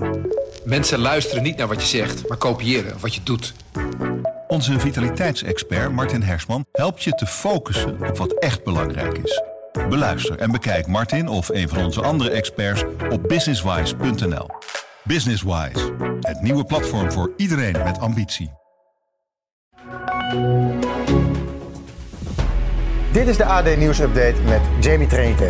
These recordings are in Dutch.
Mensen luisteren niet naar wat je zegt, maar kopiëren wat je doet. Onze vitaliteitsexpert Martin Hersman helpt je te focussen op wat echt belangrijk is. Beluister en bekijk Martin of een van onze andere experts op businesswise.nl. Businesswise, het nieuwe platform voor iedereen met ambitie. Dit is de AD Nieuws Update met Jamie Trinité.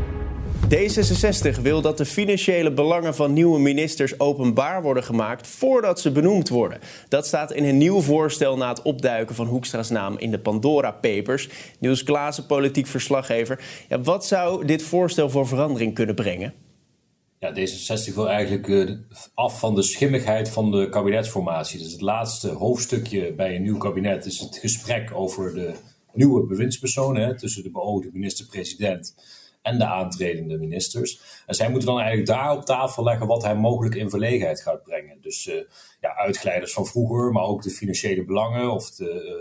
D66 wil dat de financiële belangen van nieuwe ministers openbaar worden gemaakt voordat ze benoemd worden. Dat staat in een nieuw voorstel na het opduiken van Hoekstra's naam in de Pandora Papers. Niels Klaassen, politiek verslaggever. Ja, wat zou dit voorstel voor verandering kunnen brengen? Ja, D66 wil eigenlijk af van de schimmigheid van de kabinetsformatie. Dus het laatste hoofdstukje bij een nieuw kabinet is het gesprek over de nieuwe bewindspersonen tussen de beoogde minister-president en de aantredende ministers. En zij moeten dan eigenlijk daar op tafel leggen wat hij mogelijk in verlegenheid gaat brengen. Dus uitglijders van vroeger, maar ook de financiële belangen of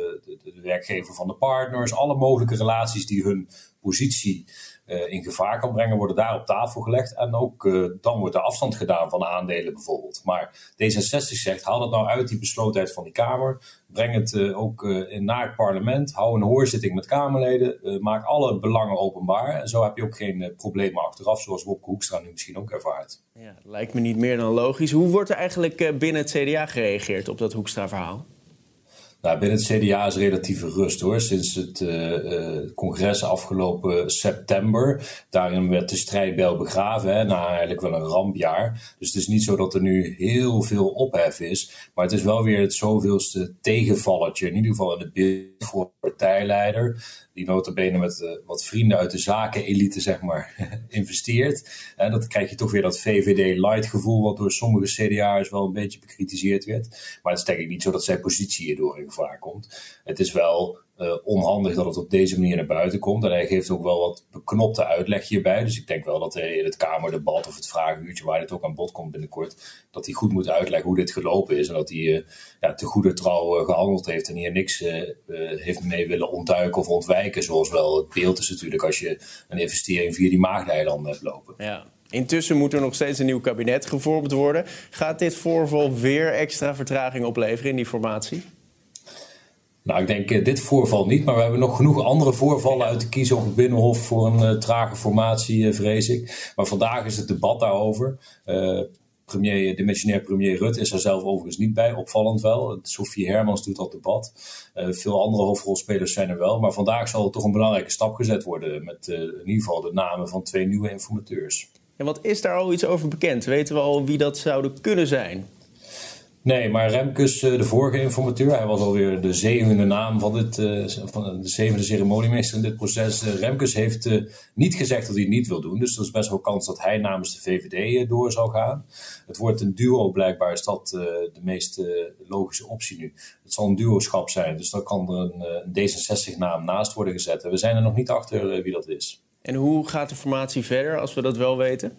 de werkgever van de partners. Alle mogelijke relaties die hun positie in gevaar kan brengen, worden daar op tafel gelegd. En ook dan wordt er afstand gedaan van aandelen bijvoorbeeld. Maar D66 zegt, haal dat nou uit die beslotenheid van die Kamer. Breng het ook naar het parlement. Hou een hoorzitting met Kamerleden. Maak alle belangen openbaar. En zo heb je ook geen problemen achteraf, zoals Wopke Hoekstra nu misschien ook ervaart. Ja, lijkt me niet meer dan logisch. Hoe wordt er eigenlijk binnen het CDA gereageerd op dat Hoekstra-verhaal? Nou, binnen het CDA is relatieve rust hoor. Sinds het congres afgelopen september. Daarin werd de strijdbijl begraven, na eigenlijk wel een rampjaar. Dus het is niet zo dat er nu heel veel ophef is. Maar het is wel weer het zoveelste tegenvalletje. In ieder geval in het beeld voor de partijleider. Die nota bene met wat vrienden uit de zakenelite, zeg maar, investeert. En dan krijg je toch weer dat VVD-light gevoel, wat door sommige CDA'ers wel een beetje bekritiseerd werd. Maar het is denk ik niet zo dat zijn positie hierdoor in gevaar komt. Het is wel onhandig dat het op deze manier naar buiten komt. En hij geeft ook wel wat beknopte uitleg hierbij. Dus ik denk wel dat hij in het Kamerdebat of het vragenuurtje, waar dit ook aan bod komt binnenkort, dat hij goed moet uitleggen hoe dit gelopen is. En dat hij te goede trouw gehandeld heeft en hier niks heeft mee willen ontduiken of ontwijken. Zoals wel het beeld is natuurlijk als je een investering via die Maagdeilanden hebt lopen. Ja. Intussen moet er nog steeds een nieuw kabinet gevormd worden. Gaat dit voorval weer extra vertraging opleveren in die formatie? Nou, ik denk dit voorval niet, maar we hebben nog genoeg andere voorvallen uit te kiezen op het Binnenhof voor een trage formatie, vrees ik. Maar vandaag is het debat daarover. Demissionair premier Rutte is er zelf overigens niet bij, opvallend wel. Sophie Hermans doet dat debat. Veel andere hoofdrolspelers zijn er wel. Maar vandaag zal er toch een belangrijke stap gezet worden met in ieder geval de namen van 2 nieuwe informateurs. En wat is daar al iets over bekend? Weten we al wie dat zouden kunnen zijn? Nee, maar Remkes, de vorige informateur, hij was alweer de 7e naam van de 7e ceremoniemeester in dit proces. Remkes heeft niet gezegd dat hij het niet wil doen, dus er is best wel kans dat hij namens de VVD door zal gaan. Het wordt een duo, blijkbaar is dat de meest logische optie nu. Het zal een duoschap zijn, dus dan kan er een D66-naam naast worden gezet. En we zijn er nog niet achter wie dat is. En hoe gaat de formatie verder, als we dat wel weten?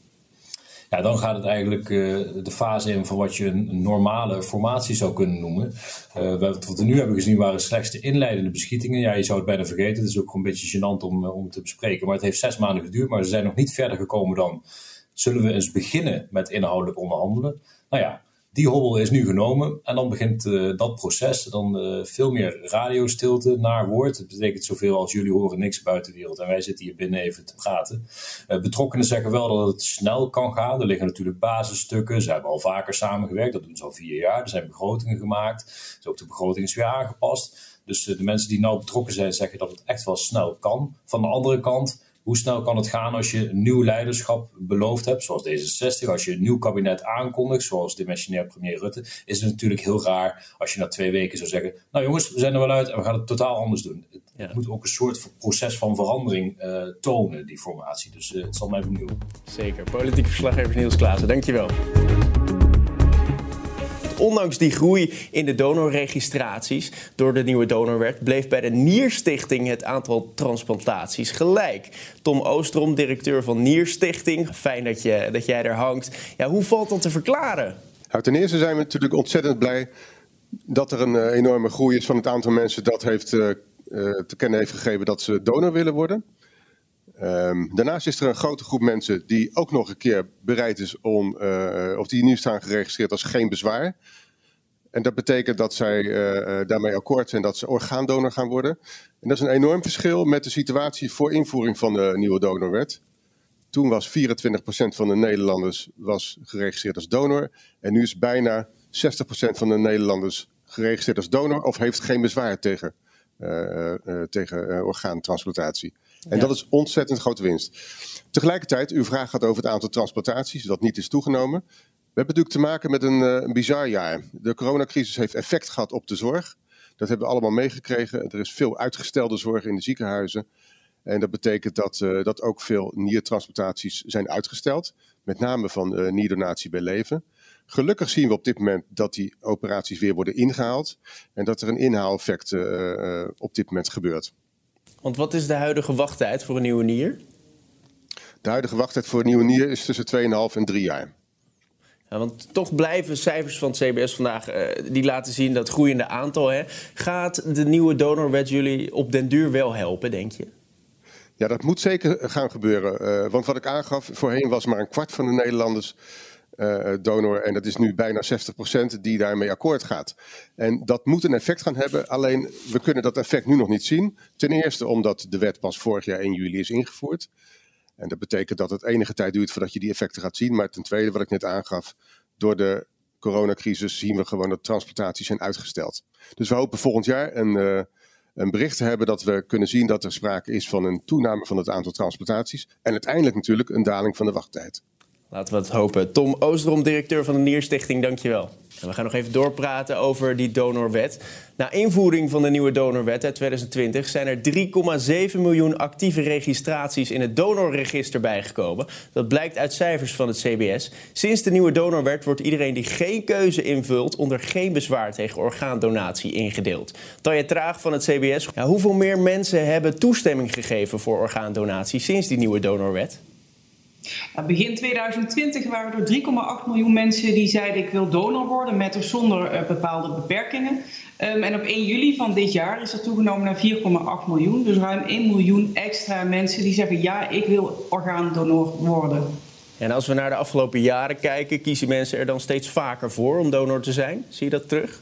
Ja, dan gaat het eigenlijk de fase in van wat je een normale formatie zou kunnen noemen. Wat we nu hebben gezien waren slechts de inleidende beschietingen. Ja, je zou het bijna vergeten. Het is ook gewoon een beetje gênant om het te bespreken. Maar het heeft 6 maanden geduurd, maar ze zijn nog niet verder gekomen dan zullen we eens beginnen met inhoudelijk onderhandelen. Nou ja, die hobbel is nu genomen en dan begint dat proces. Dan veel meer radiostilte naar woord. Dat betekent zoveel als jullie horen niks buiten de wereld en wij zitten hier binnen even te praten. Betrokkenen zeggen wel dat het snel kan gaan. Er liggen natuurlijk basisstukken. Ze hebben al vaker samengewerkt. Dat doen ze al 4 jaar. Er zijn begrotingen gemaakt. Dus ook de begroting is weer aangepast. Dus de mensen die nou betrokken zijn zeggen dat het echt wel snel kan. Van de andere kant, hoe snel kan het gaan als je een nieuw leiderschap beloofd hebt, zoals D66, als je een nieuw kabinet aankondigt, zoals demissionair premier Rutte, is het natuurlijk heel raar als je na 2 weken zou zeggen, nou jongens, we zijn er wel uit en we gaan het totaal anders doen. Het moet ook een soort proces van verandering tonen, die formatie. Dus het zal mij benieuwen. Zeker. Politiek verslaggever Niels Klaassen, dankjewel. Ondanks die groei in de donorregistraties door de nieuwe donorwet bleef bij de Nierstichting het aantal transplantaties gelijk. Tom Oostrom, directeur van Nierstichting. Fijn dat jij er hangt. Ja, hoe valt dat te verklaren? Nou, ten eerste zijn we natuurlijk ontzettend blij dat er een enorme groei is van het aantal mensen dat te kennen heeft gegeven dat ze donor willen worden. Daarnaast is er een grote groep mensen die ook nog een keer bereid is om, of die nu staan geregistreerd als geen bezwaar. En dat betekent dat zij daarmee akkoord zijn dat ze orgaandonor gaan worden. En dat is een enorm verschil met de situatie voor invoering van de nieuwe donorwet. Toen was 24% van de Nederlanders geregistreerd als donor. En nu is bijna 60% van de Nederlanders geregistreerd als donor of heeft geen bezwaar tegen orgaantransplantatie. En dat is ontzettend grote winst. Tegelijkertijd, uw vraag gaat over het aantal transplantaties dat niet is toegenomen. We hebben natuurlijk te maken met een bizar jaar. De coronacrisis heeft effect gehad op de zorg. Dat hebben we allemaal meegekregen. Er is veel uitgestelde zorg in de ziekenhuizen. En dat betekent dat ook veel niertransplantaties zijn uitgesteld. Met name van nierdonatie bij leven. Gelukkig zien we op dit moment dat die operaties weer worden ingehaald. En dat er een inhaaleffect op dit moment gebeurt. Want wat is de huidige wachttijd voor een nieuwe nier? De huidige wachttijd voor een nieuwe nier is tussen 2,5 en 3 jaar. Ja, want toch blijven cijfers van het CBS vandaag die laten zien dat groeiende aantal. Hè. Gaat de nieuwe donorwet jullie op den duur wel helpen, denk je? Ja, dat moet zeker gaan gebeuren. Want wat ik aangaf, voorheen was maar een kwart van de Nederlanders donor. En dat is nu bijna 60% die daarmee akkoord gaat. En dat moet een effect gaan hebben. Alleen, we kunnen dat effect nu nog niet zien. Ten eerste omdat de wet pas vorig jaar 1 juli is ingevoerd. En dat betekent dat het enige tijd duurt voordat je die effecten gaat zien. Maar ten tweede, wat ik net aangaf, door de coronacrisis zien we gewoon dat transplantaties zijn uitgesteld. Dus we hopen volgend jaar een bericht te hebben dat we kunnen zien dat er sprake is van een toename van het aantal transplantaties. En uiteindelijk natuurlijk een daling van de wachttijd. Laten we het hopen. Tom Oostrom, directeur van de Nierstichting, dankjewel. En we gaan nog even doorpraten over die donorwet. Na invoering van de nieuwe donorwet uit 2020 zijn er 3,7 miljoen actieve registraties in het donorregister bijgekomen. Dat blijkt uit cijfers van het CBS. Sinds de nieuwe donorwet wordt iedereen die geen keuze invult onder geen bezwaar tegen orgaandonatie ingedeeld. Tanja Traag van het CBS. Ja, hoeveel meer mensen hebben toestemming gegeven voor orgaandonatie sinds die nieuwe donorwet? Begin 2020 waren er 3,8 miljoen mensen die zeiden ik wil donor worden met of zonder bepaalde beperkingen. En op 1 juli van dit jaar is dat toegenomen naar 4,8 miljoen. Dus ruim 1 miljoen extra mensen die zeggen ja, ik wil orgaandonor worden. En als we naar de afgelopen jaren kijken, kiezen mensen er dan steeds vaker voor om donor te zijn? Zie je dat terug?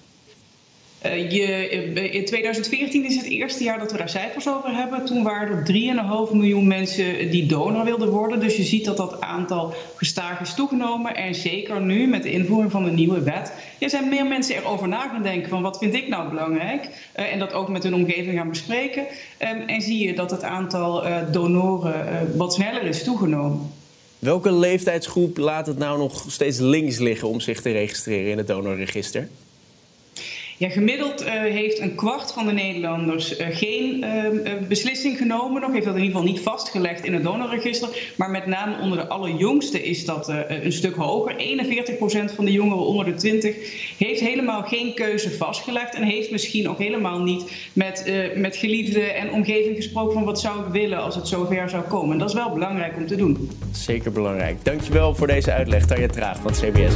In 2014 is het eerste jaar dat we daar cijfers over hebben. Toen waren er 3,5 miljoen mensen die donor wilden worden. Dus je ziet dat dat aantal gestaag is toegenomen. En zeker nu met de invoering van de nieuwe wet zijn meer mensen erover na gaan denken van wat vind ik nou belangrijk. En dat ook met hun omgeving gaan bespreken. En zie je dat het aantal donoren wat sneller is toegenomen. Welke leeftijdsgroep laat het nou nog steeds links liggen om zich te registreren in het donorregister? Ja, gemiddeld heeft een kwart van de Nederlanders geen beslissing genomen. Nog heeft dat in ieder geval niet vastgelegd in het donorregister. Maar met name onder de allerjongsten is dat een stuk hoger. 41% van de jongeren onder de 20 heeft helemaal geen keuze vastgelegd. En heeft misschien ook helemaal niet met geliefden en omgeving gesproken van wat zou ik willen als het zover zou komen. En dat is wel belangrijk om te doen. Zeker belangrijk. Dankjewel voor deze uitleg, Tanja Traag van het CBS.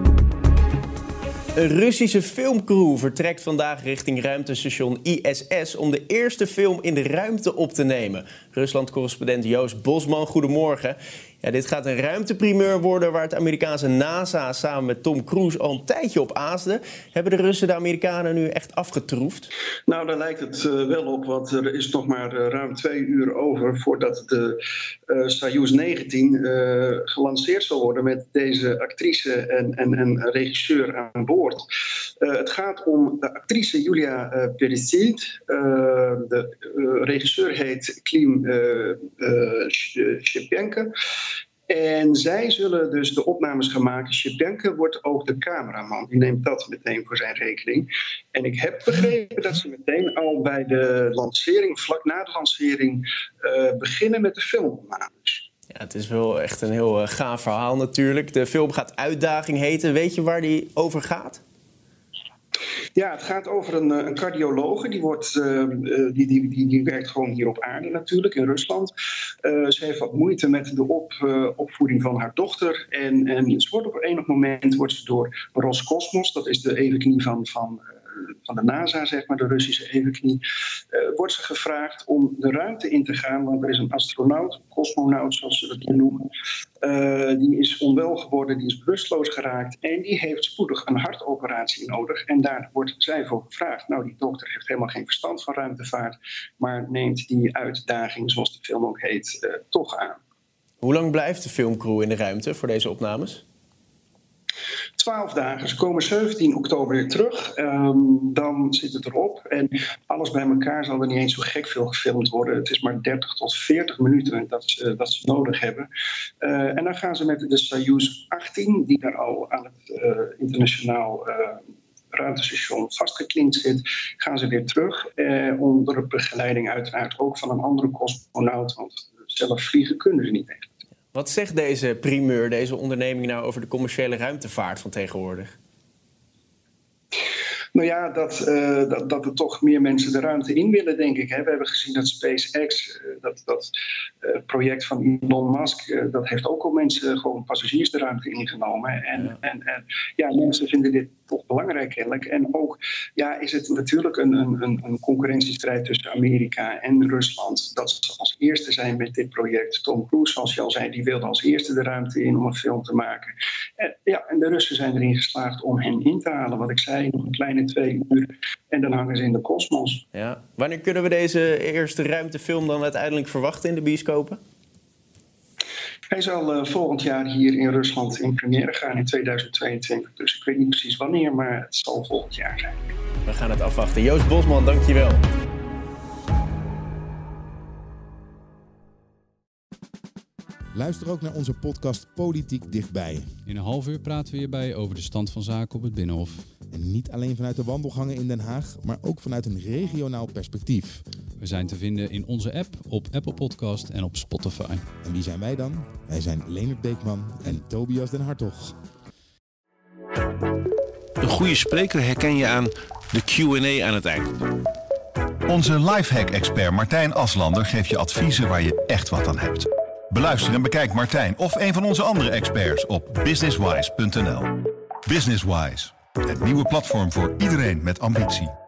Een Russische filmcrew vertrekt vandaag richting ruimtestation ISS om de eerste film in de ruimte op te nemen. Rusland-correspondent Joost Bosman, goedemorgen. Ja, dit gaat een ruimteprimeur worden waar het Amerikaanse NASA samen met Tom Cruise al een tijdje op aasde. Hebben de Russen de Amerikanen nu echt afgetroefd? Nou, daar lijkt het wel op, want er is nog maar ruim 2 uur over voordat de Soyuz 19 gelanceerd zal worden met deze actrice en regisseur aan boord. Het gaat om de actrice Julia Peresild. De regisseur heet Klim Shipenko. En zij zullen dus de opnames gaan maken. Shipenko wordt ook de cameraman. Die neemt dat meteen voor zijn rekening. En ik heb begrepen dat ze meteen al bij de lancering, vlak na de lancering, beginnen met de filmopnames. Ja, het is wel echt een heel gaaf verhaal natuurlijk. De film gaat Uitdaging heten. Weet je waar die over gaat? Ja, het gaat over een cardiologe. Die werkt gewoon hier op aarde natuurlijk, in Rusland. Ze heeft wat moeite met de opvoeding van haar dochter. En ze wordt op enig moment door Roscosmos, dat is de evenknie van de NASA, zeg maar, de Russische evenknie, wordt ze gevraagd om de ruimte in te gaan. Want er is een astronaut, een cosmonaut zoals ze dat hier noemen. Die is onwel geworden, die is bewusteloos geraakt en die heeft spoedig een hartoperatie nodig. En daar wordt zij voor gevraagd. Nou, die dokter heeft helemaal geen verstand van ruimtevaart, maar neemt die uitdaging, zoals de film ook heet, toch aan. Hoe lang blijft de filmcrew in de ruimte voor deze opnames? 12 dagen. Ze komen 17 oktober weer terug. Dan zit het erop. En alles bij elkaar zal er niet eens zo gek veel gefilmd worden. Het is maar 30 tot 40 minuten dat ze nodig hebben. En dan gaan ze met de Soyuz 18, die daar al aan het internationaal ruimtestation vastgeklinkt zit, gaan ze weer terug. Onder begeleiding uiteraard ook van een andere cosmonaut. Want zelf vliegen kunnen ze niet echt. Wat zegt deze primeur, deze onderneming nou over de commerciële ruimtevaart van tegenwoordig? Nou ja, dat er toch meer mensen de ruimte in willen, denk ik. We hebben gezien dat SpaceX, dat project van Elon Musk, dat heeft ook al mensen, gewoon passagiers, de ruimte ingenomen. En mensen vinden dit toch belangrijk kennelijk. En ook is het natuurlijk een concurrentiestrijd tussen Amerika en Rusland. Dat ze als eerste zijn met dit project. Tom Cruise, zoals je al zei, die wilde als eerste de ruimte in om een film te maken. En de Russen zijn erin geslaagd om hen in te halen. Wat ik zei, nog een kleine 2 uur en dan hangen ze in de kosmos. Ja. Wanneer kunnen we deze eerste ruimtefilm dan uiteindelijk verwachten in de bioscopen? Hij zal volgend jaar hier in Rusland in première gaan in 2022. Dus ik weet niet precies wanneer, maar het zal volgend jaar zijn. We gaan het afwachten. Joost Bosman, dankjewel. Luister ook naar onze podcast Politiek Dichtbij. In een half uur praten we hierbij over de stand van zaken op het Binnenhof. En niet alleen vanuit de wandelgangen in Den Haag, maar ook vanuit een regionaal perspectief. We zijn te vinden in onze app, op Apple Podcast en op Spotify. En wie zijn wij dan? Wij zijn Leonard Beekman en Tobias den Hartog. Een goede spreker herken je aan de Q&A aan het eind. Onze lifehack-expert Martijn Aslander geeft je adviezen waar je echt wat aan hebt. Beluister en bekijk Martijn of een van onze andere experts op businesswise.nl. Businesswise, het nieuwe platform voor iedereen met ambitie.